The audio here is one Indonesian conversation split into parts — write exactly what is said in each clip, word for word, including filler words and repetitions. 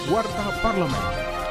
Warta Parlemen.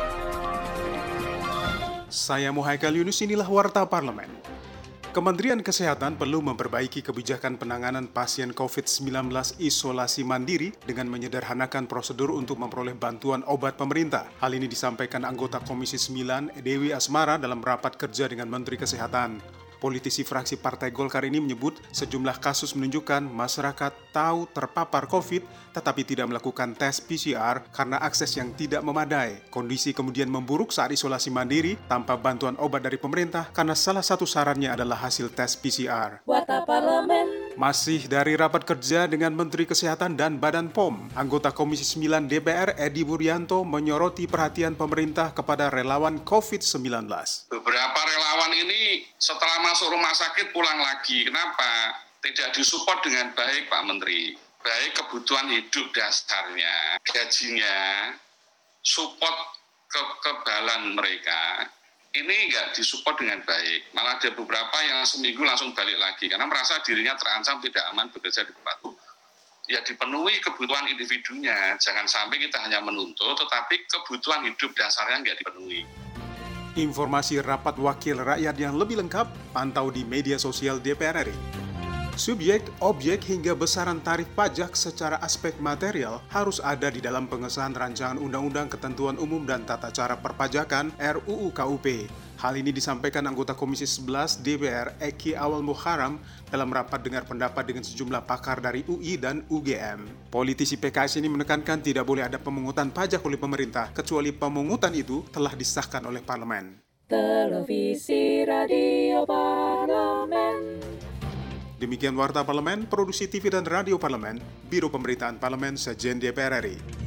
Saya Muhaikal Yunus, inilah Warta Parlemen. Kementerian Kesehatan perlu memperbaiki kebijakan penanganan pasien covid sembilan belas isolasi mandiri dengan menyederhanakan prosedur untuk memperoleh bantuan obat pemerintah. Hal ini disampaikan anggota Komisi sembilan Dewi Asmara dalam rapat kerja dengan Menteri Kesehatan. Politisi fraksi Partai Golkar ini menyebut sejumlah kasus menunjukkan masyarakat tahu terpapar COVID tetapi tidak melakukan tes P C R karena akses yang tidak memadai. Kondisi kemudian memburuk saat isolasi mandiri tanpa bantuan obat dari pemerintah karena salah satu sarannya adalah hasil tes P C R. Warta Parlemen. Masih dari rapat kerja dengan Menteri Kesehatan dan Badan P O M, anggota Komisi sembilan D P R Edi Buryanto menyoroti perhatian pemerintah kepada relawan covid sembilan belas. Beberapa relawan ini setelah masuk rumah sakit pulang lagi. Kenapa? Tidak disupport dengan baik, Pak Menteri. Baik kebutuhan hidup dasarnya, gajinya, support kekebalan mereka, ini nggak disupport dengan baik. Malah ada beberapa yang seminggu langsung balik lagi karena merasa dirinya terancam tidak aman bekerja di tempat itu. Ya dipenuhi kebutuhan individunya. Jangan sampai kita hanya menuntut, tetapi kebutuhan hidup dasarnya nggak dipenuhi. Informasi rapat wakil rakyat yang lebih lengkap pantau di media sosial D P R R I. Subjek, objek hingga besaran tarif pajak secara aspek material harus ada di dalam pengesahan rancangan Undang-Undang Ketentuan Umum dan Tata Cara Perpajakan R U U K U P. Hal ini disampaikan anggota Komisi sebelas D P R Eki Awal Muharram dalam rapat dengar pendapat dengan sejumlah pakar dari U I dan U G M. Politisi P K S ini menekankan tidak boleh ada pemungutan pajak oleh pemerintah kecuali pemungutan itu telah disahkan oleh parlemen. Televisi Radio Parlemen. Demikian Warta Parlemen, Produksi T V dan Radio Parlemen, Biro Pemberitaan Parlemen, Sejen D P R R I.